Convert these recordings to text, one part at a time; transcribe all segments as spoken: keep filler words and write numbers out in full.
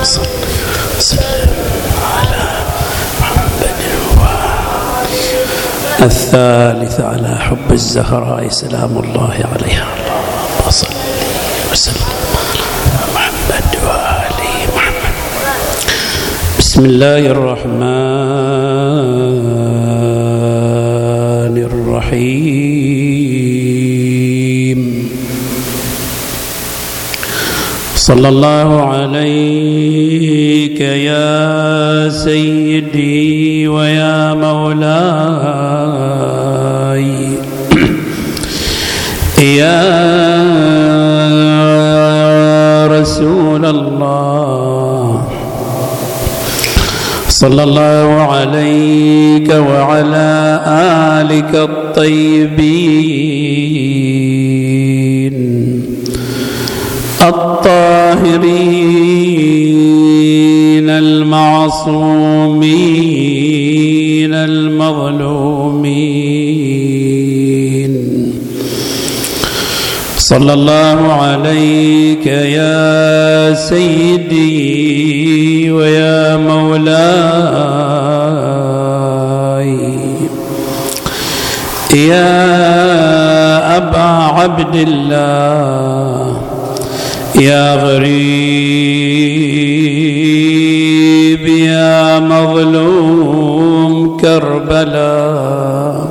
صل وسلم على محمد. الثالث على حب الزهراء سلام الله عليها. اللهم صل وسلم على محمد وآل محمد. بسم الله الرحمن الرحيم. صلى الله عليك يا سيدي ويا مولاي يا رسول الله. صلى الله عليك وعلى آلك الطيبين الطاهرين المعصومين المظلومين. صلى الله عليك يا سيدي ويا مولاي يا أبا عبد الله يا غريب يا مظلوم كربلاء.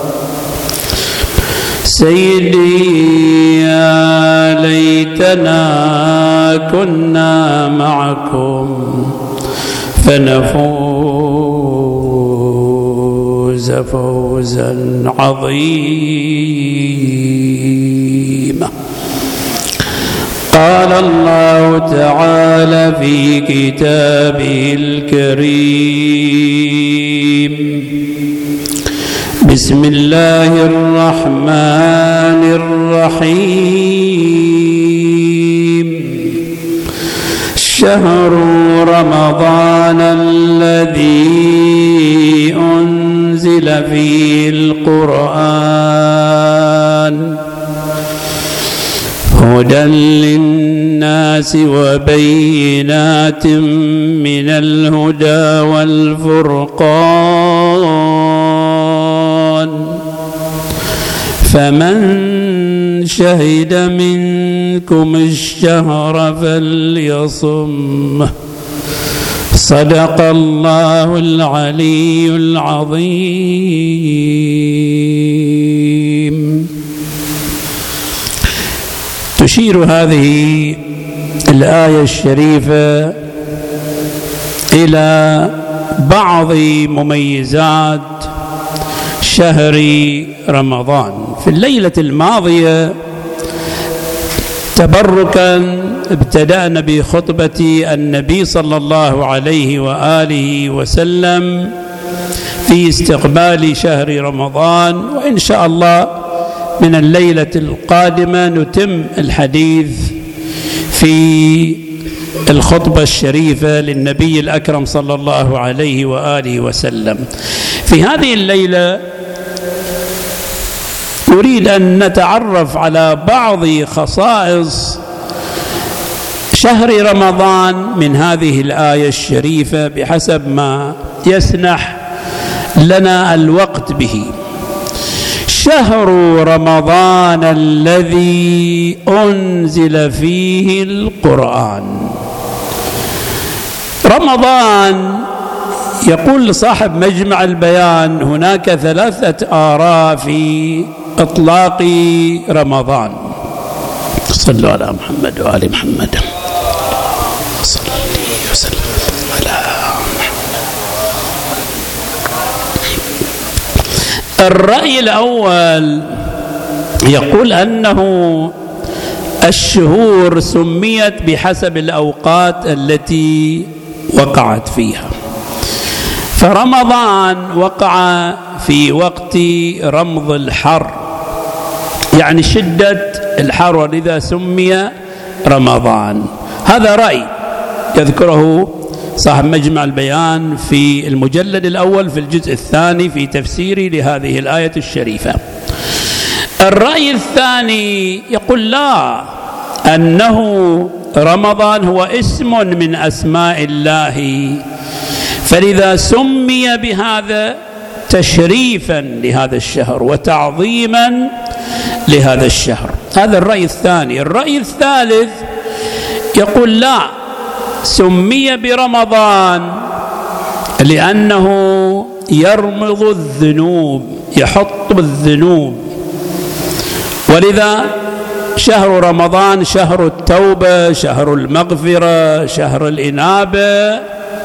سيدي يا ليتنا كنا معكم فنفوز فوزا عظيما. قال الله تعالى في كتابه الكريم: بسم الله الرحمن الرحيم. شهر رمضان الذي أنزل فيه القرآن هدى للناس وبينات من الهدى والفرقان فمن شهد منكم الشهر فليصمه. صدق الله العلي العظيم. تشير هذه الآية الشريفة إلى بعض مميزات شهر رمضان. في الليلة الماضية تبركا ابتدأنا بخطبة النبي صلى الله عليه وآله وسلم في استقبال شهر رمضان، وإن شاء الله من الليلة القادمة نتم الحديث في الخطبة الشريفة للنبي الأكرم صلى الله عليه وآله وسلم. في هذه الليلة نريد أن نتعرف على بعض خصائص شهر رمضان من هذه الآية الشريفة بحسب ما يسنح لنا الوقت به. شهر رمضان الذي أنزل فيه القرآن. رمضان، يقول صاحب مجمع البيان هناك ثلاثة آراء في إطلاق رمضان. صلوا على محمد وآل محمد. صلى الله وسلم على محمد. الرأي الأول يقول أنه الشهور سميت بحسب الأوقات التي وقعت فيها، فرمضان وقع في وقت رمض الحر، يعني شدة الحر، ولذا سمي رمضان. هذا رأي يذكره صاحب مجمع البيان في المجلد الأول في الجزء الثاني في تفسيري لهذه الآية الشريفة. الرأي الثاني يقول لا، أنه رمضان هو اسم من أسماء الله، فلذا سمي بهذا تشريفا لهذا الشهر وتعظيما لهذا الشهر. هذا الرأي الثاني. الرأي الثالث يقول لا، سمي برمضان لأنه يرمض الذنوب، يحط الذنوب، ولذا شهر رمضان شهر التوبة، شهر المغفرة، شهر الإنابة،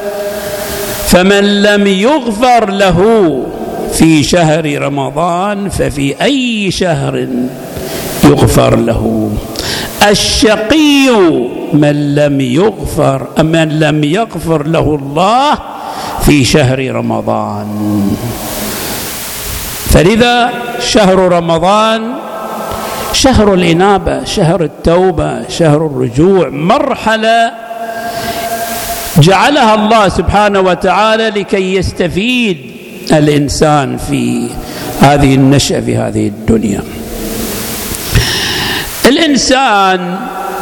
فمن لم يغفر له في شهر رمضان ففي أي شهر يغفر له. الشقي من لم يغفر من لم يغفر له الله في شهر رمضان. فلذا شهر رمضان شهر الإنابة، شهر التوبة، شهر الرجوع، مرحلة جعلها الله سبحانه وتعالى لكي يستفيد الإنسان في هذه النشأة في هذه الدنيا. الإنسان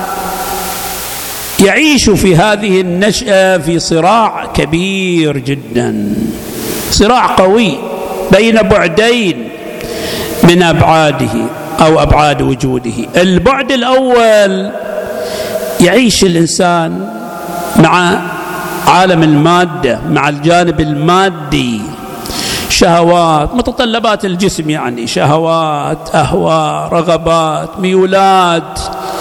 يعيش في هذه النشأة في صراع كبير جدا، صراع قوي بين بعدين من أبعاده أو أبعاد وجوده. البعد الأول يعيش الإنسان مع عالم المادة، مع الجانب المادي، شهوات، متطلبات الجسم، يعني شهوات، أهواء، رغبات، ميولات.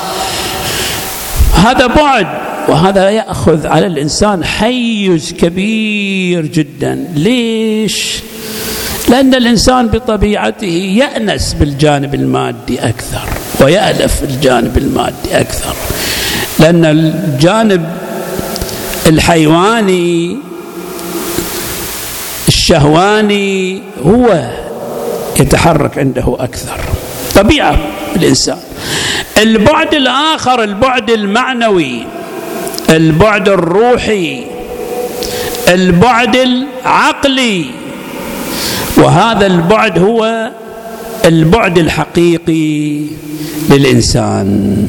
هذا بعد، وهذا يأخذ على الإنسان حيز كبير جدا. ليش؟ لأن الإنسان بطبيعته يأنس بالجانب المادي أكثر ويألف الجانب المادي أكثر، لأن الجانب الحيواني الشهواني هو يتحرك عنده أكثر، طبيعة الإنسان. البعد الآخر البعد المعنوي، البعد الروحي، البعد العقلي، وهذا البعد هو البعد الحقيقي للإنسان.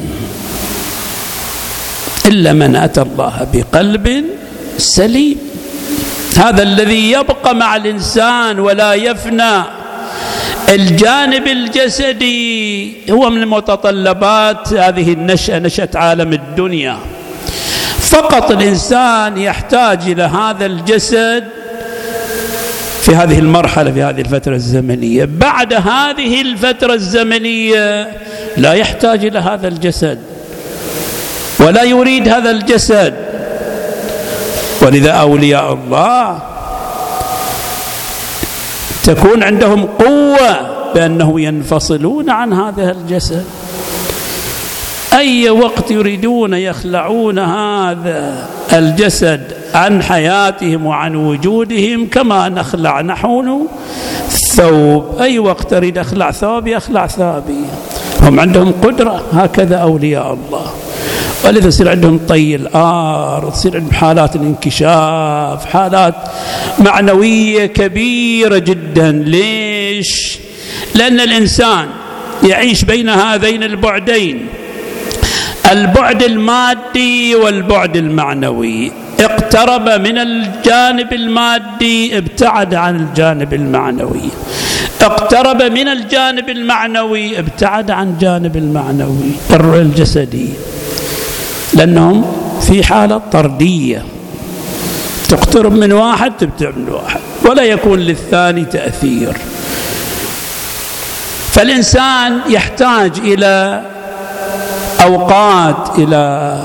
إلا من أتى الله بقلب سليم، هذا الذي يبقى مع الإنسان ولا يفنى. الجانب الجسدي هو من متطلبات هذه النشأة، نشأة عالم الدنيا. فقط الإنسان يحتاج إلى هذا الجسد في هذه المرحلة، في هذه الفترة الزمنية. بعد هذه الفترة الزمنية لا يحتاج إلى هذا الجسد ولا يريد هذا الجسد. ولذا أولياء الله تكون عندهم قوة بأنه ينفصلون عن هذا الجسد، أي وقت يريدون يخلعون هذا الجسد عن حياتهم وعن وجودهم، كما نخلع نحن الثوب. أي وقت أريد أخلع ثوبي أخلع ثوبي. هم عندهم قدرة، هكذا أولياء الله. ولذا يصير عندهم طي الأرض، يصير عندهم حالات الانكشاف، حالات معنوية كبيرة جدا. ليش؟ لأن الإنسان يعيش بين هذين البعدين، البعد المادي والبعد المعنوي. اقترب من الجانب المادي ابتعد عن الجانب المعنوي، اقترب من الجانب المعنوي ابتعد عن الجانب المعنوي الجسدي، لأنهم في حالة طردية، تقترب من واحد تبتعد من واحد ولا يكون للثاني تأثير. فالإنسان يحتاج إلى أوقات، إلى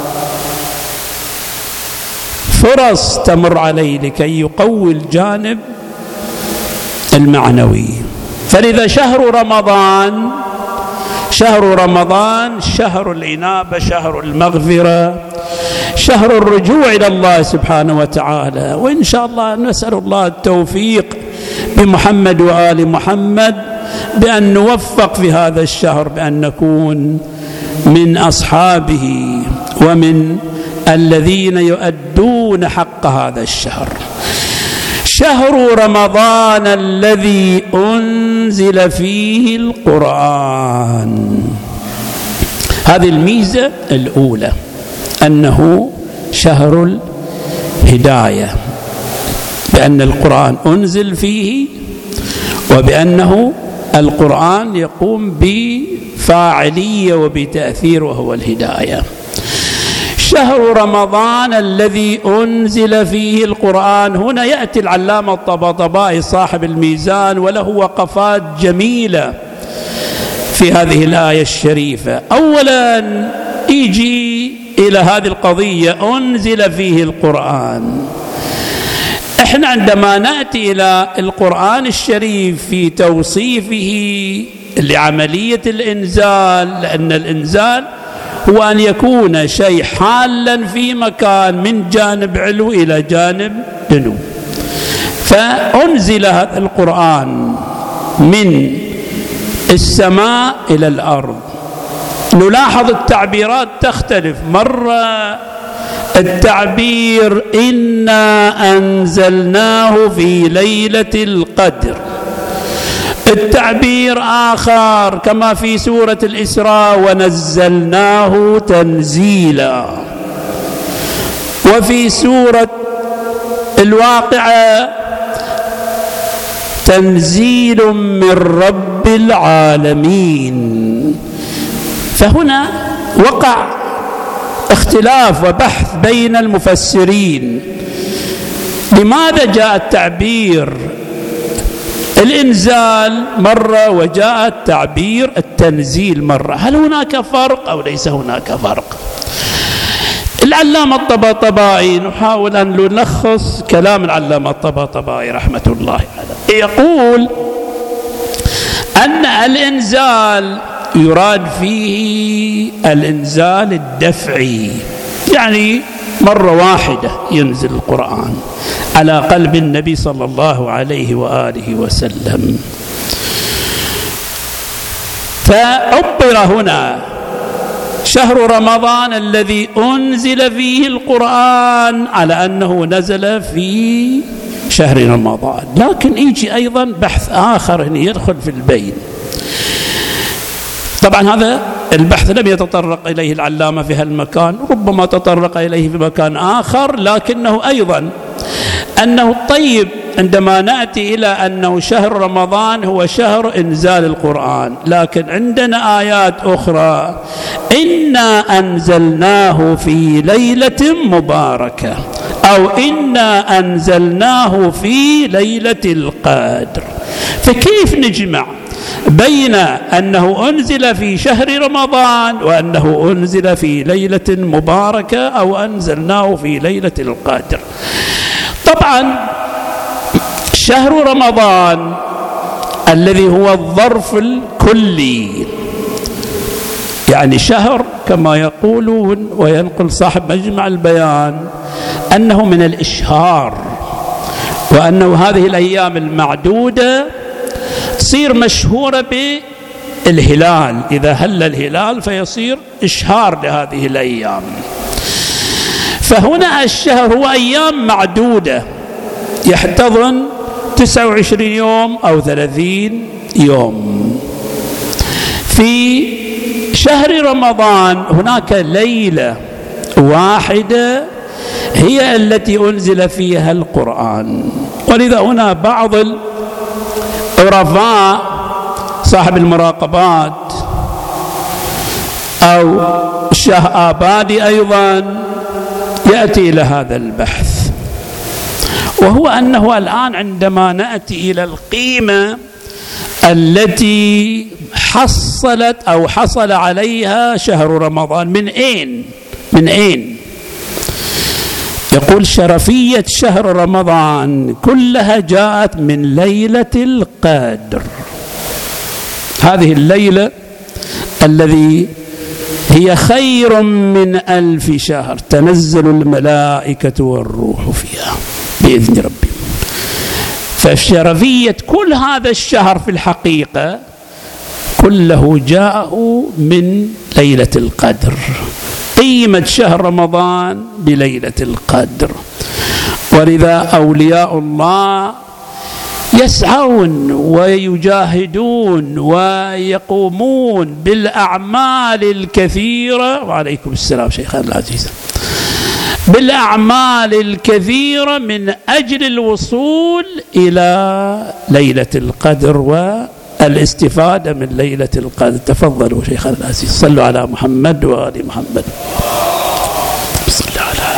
فرص تمر عليه لكي يقوي الجانب المعنوي. فلذا شهر رمضان شهر رمضان شهر الإنابة، شهر المغفرة، شهر الرجوع إلى الله سبحانه وتعالى. وإن شاء الله نسأل الله التوفيق بمحمد وآل محمد بأن نوفق في هذا الشهر، بأن نكون من أصحابه ومن الذين يؤدون حق هذا الشهر. شهر رمضان الذي أنزل فيه القرآن. هذه الميزة الأولى، أنه شهر الهداية، بأن القرآن أنزل فيه، وبأنه القرآن يقوم بفاعلية وبتأثير وهو الهداية. شهر رمضان الذي أنزل فيه القرآن، هنا يأتي العلامة الطباطبائي صاحب الميزان وله وقفات جميلة في هذه الآية الشريفة. أولا يجي إلى هذه القضية أنزل فيه القرآن. احنا عندما نأتي إلى القرآن الشريف في توصيفه لعملية الإنزال، لأن الإنزال هو أن يكون شيء حالا في مكان من جانب علو إلى جانب دنو، فأنزل هذا القرآن من السماء إلى الأرض. نلاحظ التعبيرات تختلف، مرة التعبير إنا أنزلناه في ليلة القدر، التعبير آخر كما في سورة الإسراء ونزلناه تنزيلا، وفي سورة الواقعة تنزيل من رب العالمين. فهنا وقع اختلاف وبحث بين المفسرين، لماذا جاء التعبير الإنزال مرة وجاء التعبير التنزيل مرة؟ هل هناك فرق أو ليس هناك فرق؟ العلامة الطباطبائي، نحاول أن نلخص كلام العلامة الطباطبائي رحمة الله عليه، يقول أن الإنزال يراد فيه الإنزال الدفعي، يعني مرة واحدة ينزل القرآن على قلب النبي صلى الله عليه وآله وسلم. فعبر هنا شهر رمضان الذي أنزل فيه القرآن على أنه نزل في شهر رمضان، لكن يجي أيضا بحث آخر يدخل في البين. طبعا هذا البحث لم يتطرق إليه العلامة في هالمكان، ربما تطرق إليه في مكان آخر، لكنه أيضا أنه طيب عندما نأتي إلى أنه شهر رمضان هو شهر إنزال القرآن، لكن عندنا آيات أخرى إنا أنزلناه في ليلة مباركة، أو إنا أنزلناه في ليلة القدر. فكيف نجمع بين أنه أنزل في شهر رمضان وأنه أنزل في ليلة مباركة أو أنزلناه في ليلة القدر؟ طبعا شهر رمضان الذي هو الظرف الكلي، يعني شهر كما يقولون وينقل صاحب مجمع البيان أنه من الإشهار، وأنه هذه الأيام المعدودة تصير مشهورة بالهلال، إذا هل الهلال فيصير إشهار لهذه الأيام. فهنا الشهر هو أيام معدودة يحتضن تسعة وعشرين يوم أو ثلاثين يوم. في شهر رمضان هناك ليلة واحدة هي التي أنزل فيها القرآن، ولذا هنا بعض العرفاء صاحب المراقبات أو الشاه آبادي أيضا يأتي إلى هذا البحث، وهو أنه الآن عندما نأتي إلى القيمة التي حصلت أو حصل عليها شهر رمضان، من أين؟ من أين؟ يقول شرفية شهر رمضان كلها جاءت من ليلة القدر، هذه الليلة الذي هي خير من ألف شهر تنزل الملائكة والروح فيها بإذن ربهم. فشرفية كل هذا الشهر في الحقيقة كله جاءه من ليلة القدر، قيمة شهر رمضان بليلة القدر. ولذا أولياء الله يسعون ويجاهدون ويقومون بالأعمال الكثيرة. وعليكم السلام شيخنا العزيز. بالأعمال الكثيرة من أجل الوصول إلى ليلة القدر والاستفادة من ليلة القدر. تفضلوا شيخنا العزيز. صلوا على محمد وآل محمد. صلوا على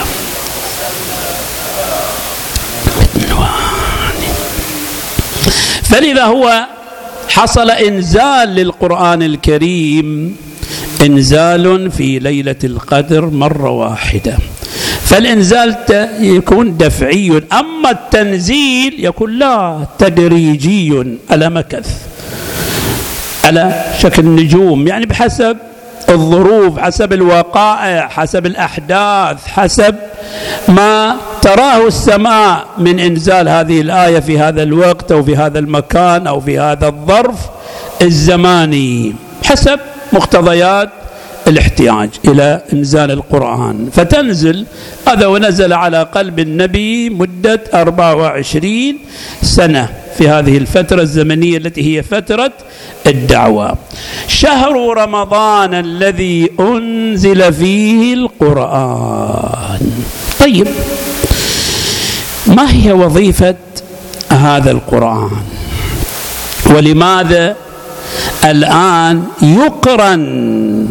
فلذا هو حصل إنزال للقرآن الكريم، إنزال في ليلة القدر مرة واحدة، فالإنزال يكون دفعي، أما التنزيل يكون لا تدريجي على مكث، على شكل نجوم، يعني بحسب الظروف، حسب الوقائع، حسب الأحداث، حسب ما تراه السماء من إنزال هذه الآية في هذا الوقت أو في هذا المكان أو في هذا الظرف الزماني، حسب مقتضيات الاحتياج إلى إنزال القرآن. فتنزل هذا، ونزل على قلب النبي مدة أربعة وعشرين سنة في هذه الفترة الزمنية التي هي فترة الدعوة. شهر رمضان الذي أنزل فيه القرآن. طيب، ما هي وظيفة هذا القرآن؟ ولماذا الآن يقرن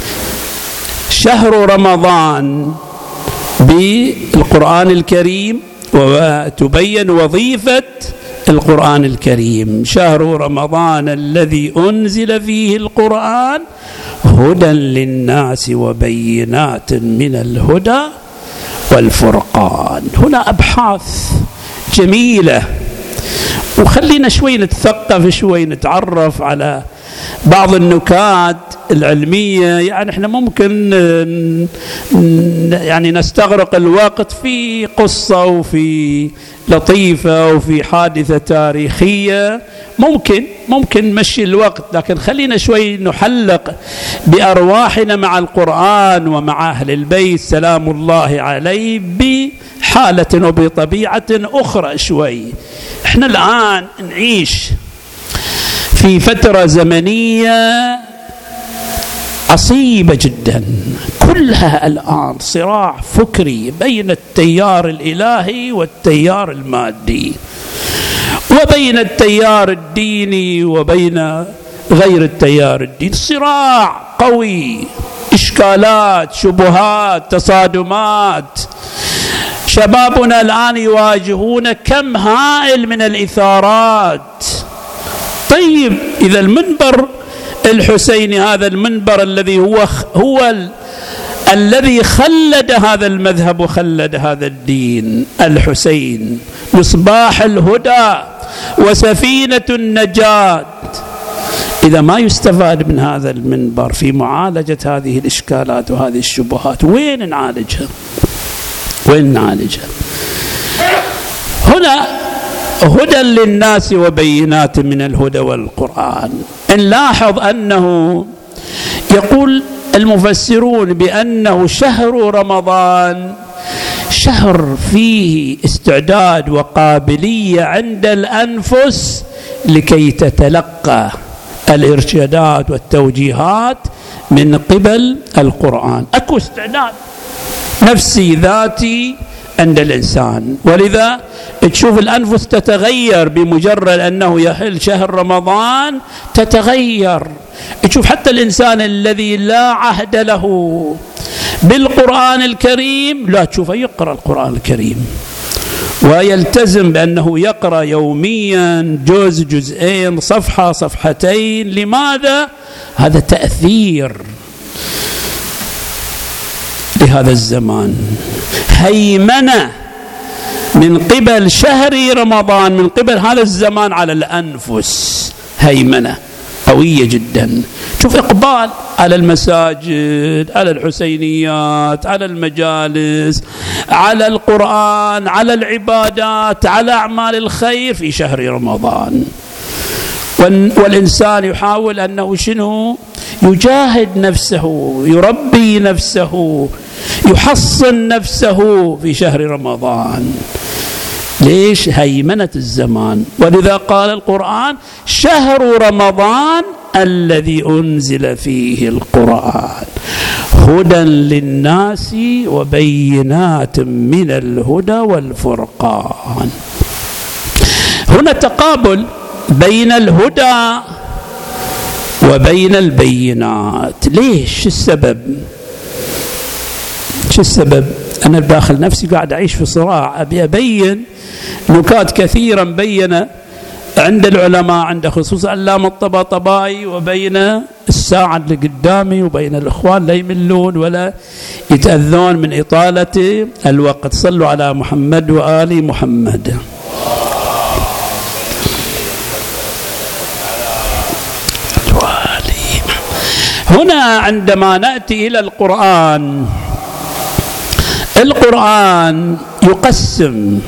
شهر رمضان بالقرآن الكريم وتبين وظيفة القرآن الكريم؟ شهر رمضان الذي أنزل فيه القرآن هدى للناس وبينات من الهدى والفرقان. هنا أبحاث جميلة، وخلينا شوي نتثقف، شوي نتعرف على بعض النكات العلمية. يعني احنا ممكن يعني نستغرق الوقت في قصة وفي لطيفة وفي حادثة تاريخية، ممكن ممكن نمشي الوقت، لكن خلينا شوي نحلق بأرواحنا مع القرآن ومع أهل البيت سلام الله عليه بحالة وبطبيعة أخرى شوي. احنا الآن نعيش في فترة زمنية عصيبة جدا، كلها الآن صراع فكري بين التيار الإلهي والتيار المادي، وبين التيار الديني وبين غير التيار الديني. صراع قوي، إشكالات، شبهات، تصادمات. شبابنا الآن يواجهون كم هائل من الإثارات. طيب، إذا المنبر الحسيني، هذا المنبر الذي هو هو ال... الذي خلد هذا المذهب وخلد هذا الدين، الحسين مصباح الهدى وسفينة النجاة، إذا ما يستفاد من هذا المنبر في معالجة هذه الإشكالات وهذه الشبهات، وين نعالجها؟ وين نعالجها؟ هنا هدى للناس وبينات من الهدى والقرآن. نلاحظ أنه يقول المفسرون بأنه شهر رمضان شهر فيه استعداد وقابلية عند الأنفس لكي تتلقى الإرشادات والتوجيهات من قبل القرآن. أكو استعداد نفسي ذاتي عند الإنسان، ولذا تشوف الأنفس تتغير بمجرد أنه يحل شهر رمضان، تتغير. تشوف حتى الإنسان الذي لا عهد له بالقرآن الكريم لا تشوفه يقرأ القرآن الكريم ويلتزم بأنه يقرأ يوميا جزء، جزئين، صفحة، صفحتين. لماذا؟ هذا تأثير لهذا الزمان، هيمنة من قبل شهر رمضان، من قبل هذا الزمان على الأنفس، هيمنة قوية جدا. شوف إقبال على المساجد، على الحسينيات، على المجالس، على القرآن، على العبادات، على أعمال الخير في شهر رمضان. والإنسان يحاول أنه شنو؟ يجاهد نفسه، يربي نفسه، يحصن نفسه في شهر رمضان. ليش؟ هيمنة الزمان. ولذا قال القرآن شهر رمضان الذي أنزل فيه القرآن هدى للناس وبينات من الهدى والفرقان. هنا تقابل بين الهدى وبين البينات. ليش؟ شو السبب؟ شو السبب؟ أنا بداخل نفسي قاعد أعيش في صراع، أبي أبين نكات كثيرة مبينة عند العلماء، عند خصوص علامة الطباطبائي، وبين الساعة اللي قدامي وبين الإخوان لا يملون ولا يتأذون من إطالة الوقت. صلوا على محمد وآل محمد. هنا عندما نأتي إلى القرآن، القرآن يقسم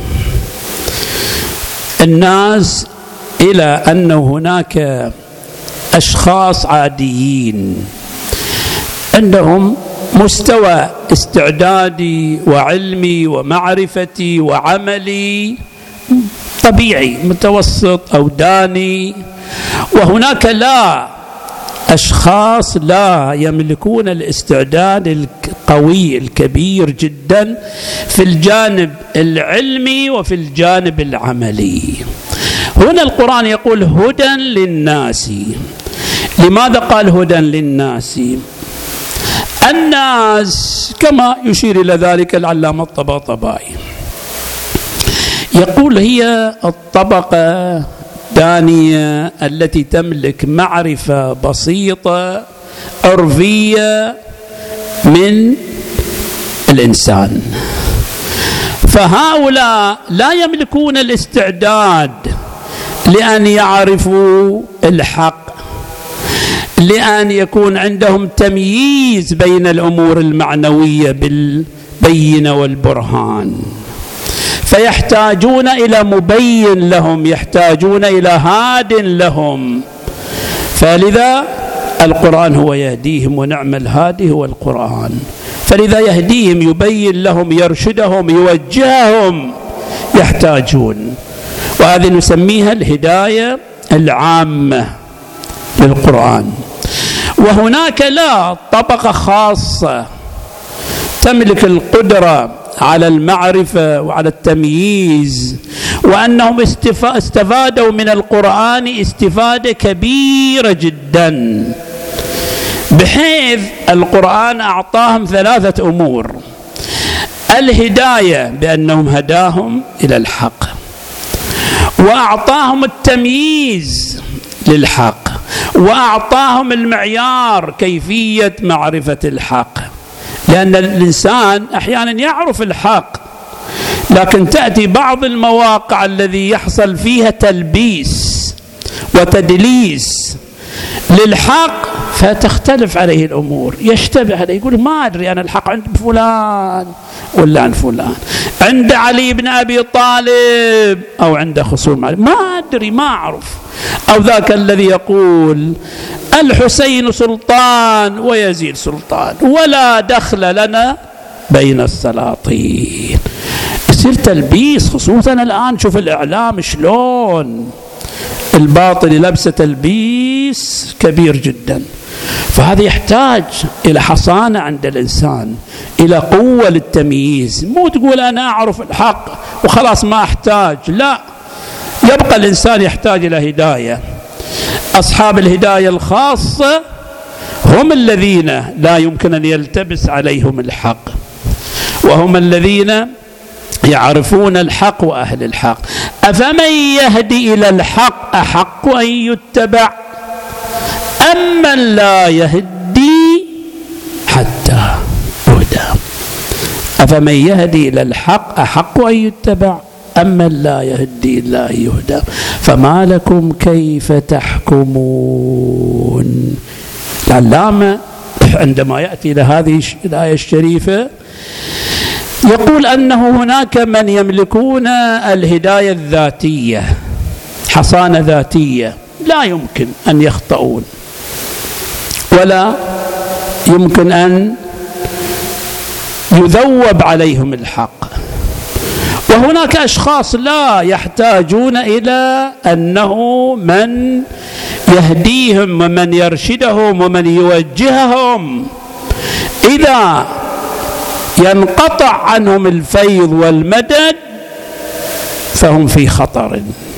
الناس إلى أن هناك أشخاص عاديين عندهم مستوى استعدادي وعلمي ومعرفتي وعملي طبيعي متوسط أو داني، وهناك لا أشخاص لا يملكون الاستعداد القوي الكبير جدا في الجانب العلمي وفي الجانب العملي. هنا القرآن يقول هدى للناس. لماذا قال هدى للناس؟ الناس كما يشير إلى ذلك العلامة الطباطبائي، يقول هي الطبقة الثانية التي تملك معرفة بسيطة عرفية من الإنسان، فهؤلاء لا يملكون الاستعداد لأن يعرفوا الحق، لأن يكون عندهم تمييز بين الأمور المعنوية بالبينة والبرهان، فيحتاجون إلى مبين لهم، يحتاجون إلى هاد لهم. فلذا القرآن هو يهديهم، ونعم الهادي هو القرآن. فلذا يهديهم، يبين لهم، يرشدهم، يوجههم، يحتاجون. وهذه نسميها الهداية العامة للقرآن. وهناك لا طبقة خاصة تملك القدرة على المعرفة وعلى التمييز، وأنهم استفادوا من القرآن استفادة كبيرة جدا، بحيث القرآن أعطاهم ثلاثة أمور: الهداية بأنهم هداهم إلى الحق، وأعطاهم التمييز للحق، وأعطاهم المعيار كيفية معرفة الحق. لأن الإنسان أحيانا يعرف الحق، لكن تأتي بعض المواقع الذي يحصل فيها تلبيس وتدليس للحق، فتختلف عليه الأمور، يشتبه عليه، يقول ما أدري أنا الحق عند فلان ولا عند فلان، عند علي بن أبي طالب أو عند خصوم، ما أدري، ما أعرف. أو ذاك الذي يقول الحسين سلطان ويزيد سلطان ولا دخل لنا بين السلاطين. يصير تلبيس، خصوصا الآن شوف الإعلام شلون الباطل لبسه تلبيس كبير جدا. فهذا يحتاج إلى حصانة عند الإنسان، إلى قوة للتمييز. مو تقول أنا أعرف الحق وخلاص ما أحتاج، لا، يبقى الإنسان يحتاج إلى هداية. أصحاب الهداية الخاصة هم الذين لا يمكن أن يلتبس عليهم الحق، وهم الذين يعرفون الحق وأهل الحق. أفمن يهدي إلى الحق أحق أن يتبع أم من لا يهدي حتى يهدى. أفمن يهدي إلى الحق أحق أن يتبع أم من لا يهدي إلا أن يهدى. فما لكم كيف تحكمون. العلامة عندما يأتي إلى هذه الآية الشريفة يقول أنه هناك من يملكون الهداية الذاتية، حصانة ذاتية، لا يمكن أن يخطئون ولا يمكن أن يذوب عليهم الحق. وهناك أشخاص لا يحتاجون إلى أنه من يهديهم ومن يرشدهم ومن يوجههم، إذا ينقطع عنهم الفيض والمدد فهم في خطر.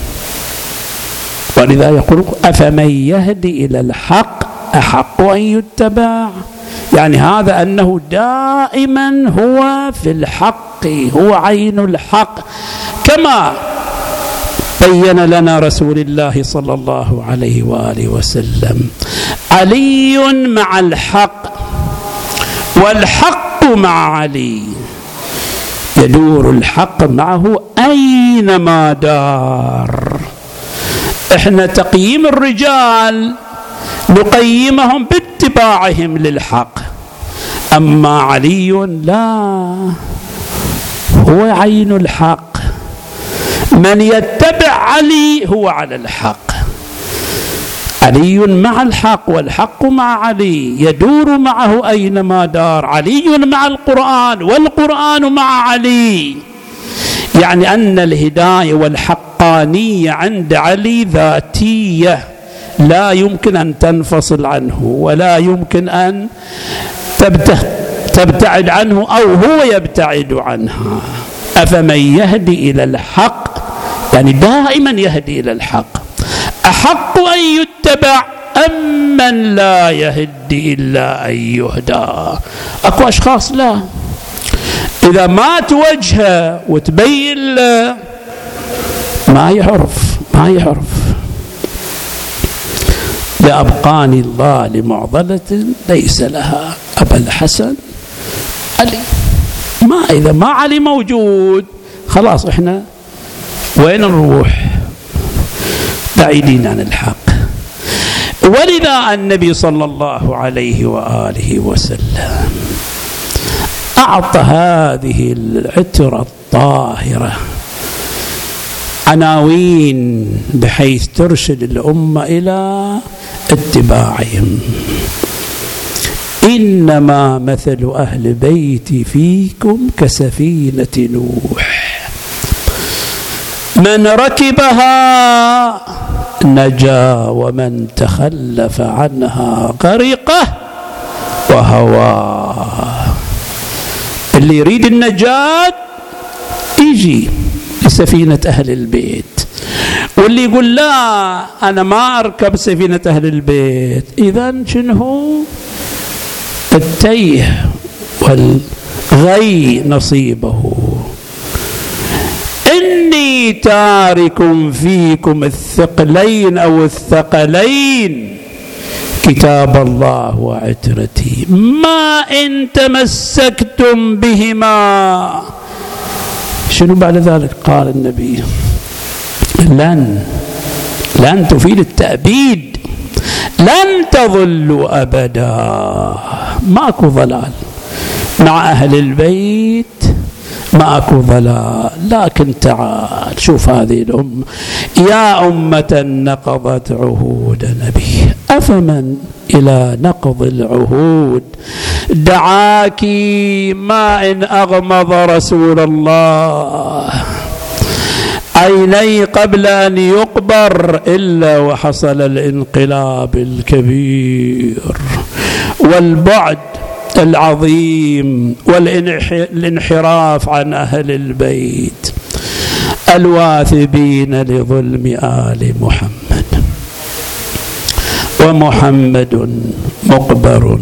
ولذا يقول أفمن يهدي إلى الحق أحق أن يتبع، يعني هذا أنه دائما هو في الحق، هو عين الحق، كما بين لنا رسول الله صلى الله عليه وآله وسلم: علي مع الحق والحق مع علي، يدور الحق معه أينما دار. احنا تقييم الرجال نقيمهم باتباعهم للحق، أما علي لا، هو عين الحق، من يتبع علي هو على الحق. علي مع الحق والحق مع علي، يدور معه أينما دار. علي مع القرآن والقرآن مع علي، يعني أن الهداية والحقانية عند علي ذاتية، لا يمكن أن تنفصل عنه ولا يمكن أن تبتعد عنه أو هو يبتعد عنها. أفمن يهدي إلى الحق، يعني دائما يهدي إلى الحق، أحق أن يتبع أم من لا يهدي إلا أن يهدى. أكو أشخاص لا، إذا ما توجهه وتبين له ما يعرف ما يعرف. لأبقاني الله لمعضلة ليس لها أبا الحسن علي. ما إذا ما علي موجود خلاص إحنا وين نروح؟ بعيدين عن الحق. ولذا النبي صلى الله عليه وآله وسلم أعطى هذه العترة الطاهرة عناوين بحيث ترشد الأمة إلى اتباعهم. إنما مثل أهل بيتي فيكم كسفينة نوح، من ركبها نجا ومن تخلف عنها غرقه وهوى. اللي يريد النجاة يجي لسفينة أهل البيت، واللي يقول لا أنا ما أركب سفينة أهل البيت، إذن شنو؟ التيه والغي نصيبه. إني تارك فيكم الثقلين أو الثقلين كتاب الله وعترتي، ما إن تمسكتم بهما. شنو بعد ذلك؟ قال النبي لن لن تفيد التأبيد، لن تضلوا أبدا. ماكو ضلال مع أهل البيت، ماكو ضلال. لكن تعال شوف هذه الأمة، يا أمة نقضت عهود نبي، أفمن إلى نقض العهود دعاك ما إن أغمض رسول الله عيني قبل أن يقبر إلا وحصل الانقلاب الكبير والبعد العظيم والانحراف عن أهل البيت الواثبين لظلم آل محمد. ومحمد مقبر،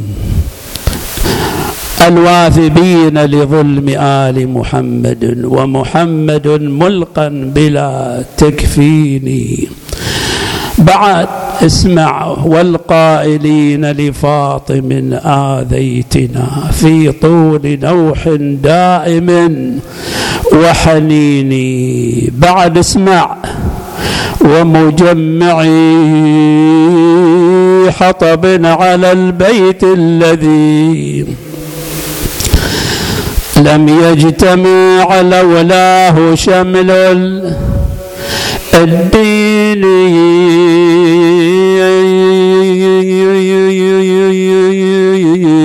الواثبين لظلم آل محمد، ومحمد ملقا بلا تكفين. بعد اسمع: والقائلين لفاطم آذيتنا في طول نوح دائم وحنيني. بعد اسمع: ومجمعي حطب على البيت الذي لم يجتمع لولاه شمل الدين.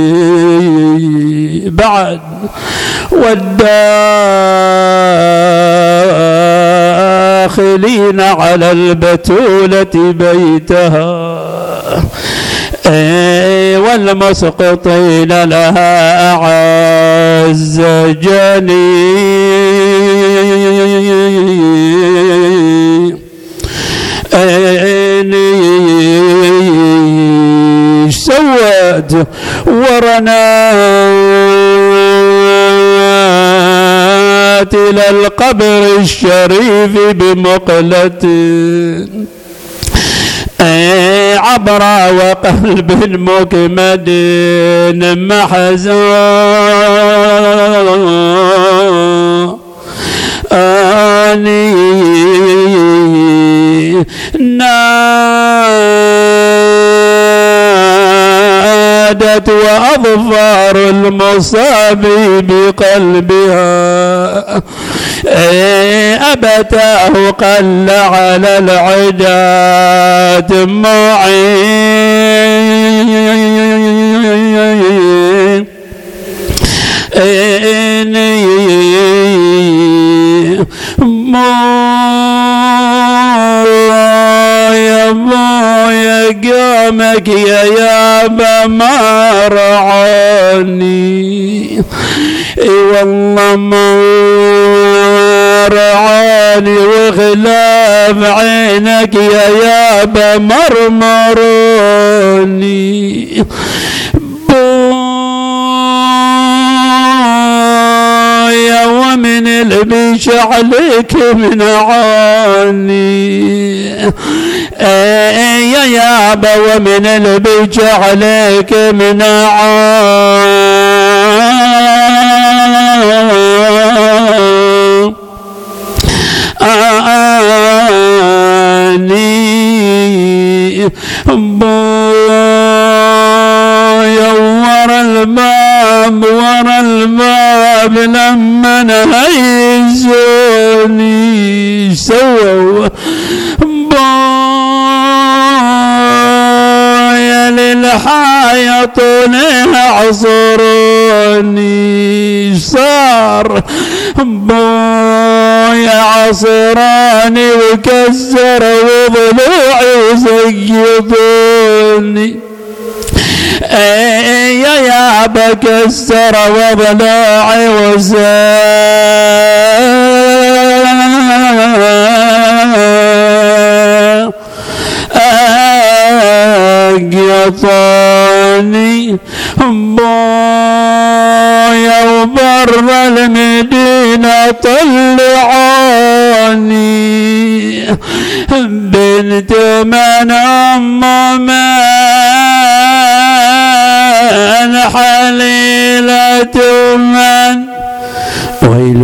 بعد والدار الداخلين على البتولة بيتها والمسقطين لها أعز جنين سوت ورنات إلى القبر الشريف بمقلة عبر وقلب مكمد محزاني نادت وأظفار المصابي بقلبها أبتاه قل على العدا دموعي مويا مويا قامك يا يابا ما رعاني والله ما رعاني وخلاف عينك يا يابا مرمروني ومن البيش عليك من عاني يا يابا ومن البيش عليك من عاني بويا ورا الباب ورا الباب لما نهيزوني سووا بويا للحياة عصروني صار بويا عصراني وكسر وضلوعي وسيطوني يا يابا كسر وضلوعي وسيطوني بويا وبر المدينة طلعوني بنت من أم من حليلة من ويل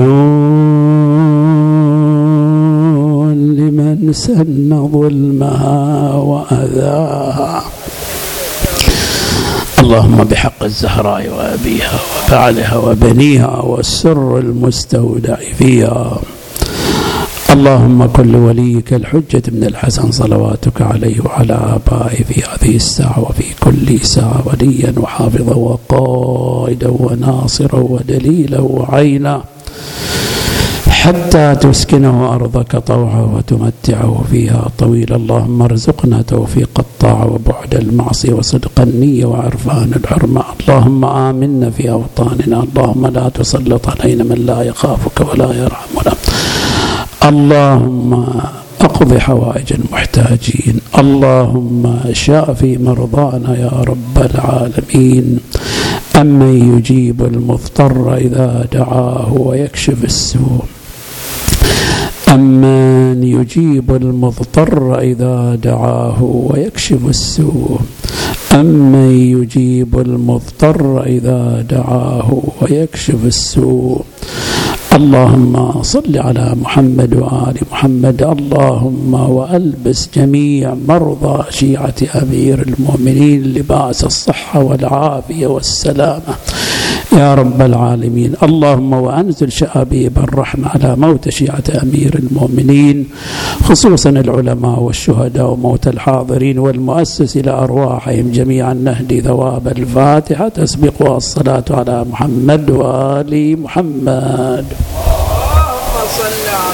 لمن سن ظلمها وأذاها. اللهم بحق الزهراء وأبيها وبعلها وبنيها والسر المستودع فيها، اللهم كل وليك الحجة بن الحسن صلواتك عليه وعلى آبائه في هذه الساعة وفي كل ساعة وليا وحافظا وقائدا وناصرا ودليلا وعينا حتى تسكنه أرضك طوعا وتمتعه فيها طويلا. اللهم ارزقنا توفيق الطاعة وبعد المعصية وصدق النية وعرفان الحرمة. اللهم آمنا في أوطاننا، اللهم لا تسلط علينا من لا يخافك ولا يرحمنا. اللهم اقض حوائج المحتاجين، اللهم شافي مرضانا يا رب العالمين. أمن يجيب المضطر إذا دعاه ويكشف السوء، أمن يجيب المضطر إذا دعاه ويكشف السوء، أمن يجيب المضطر إذا دعاه ويكشف السوء. اللهم صل على محمد وآل محمد. اللهم وألبس جميع مرضى شيعة أمير المؤمنين لباس الصحة والعافية والسلامة يا رب العالمين. اللهم وأنزل شآبيب الرحمة على موت شيعة أمير المؤمنين، خصوصا العلماء والشهداء وموت الحاضرين والمؤسس إلى أرواحهم جميعا. نهدي ثواب الفاتحة تسبقها الصلاة على محمد وآل محمد.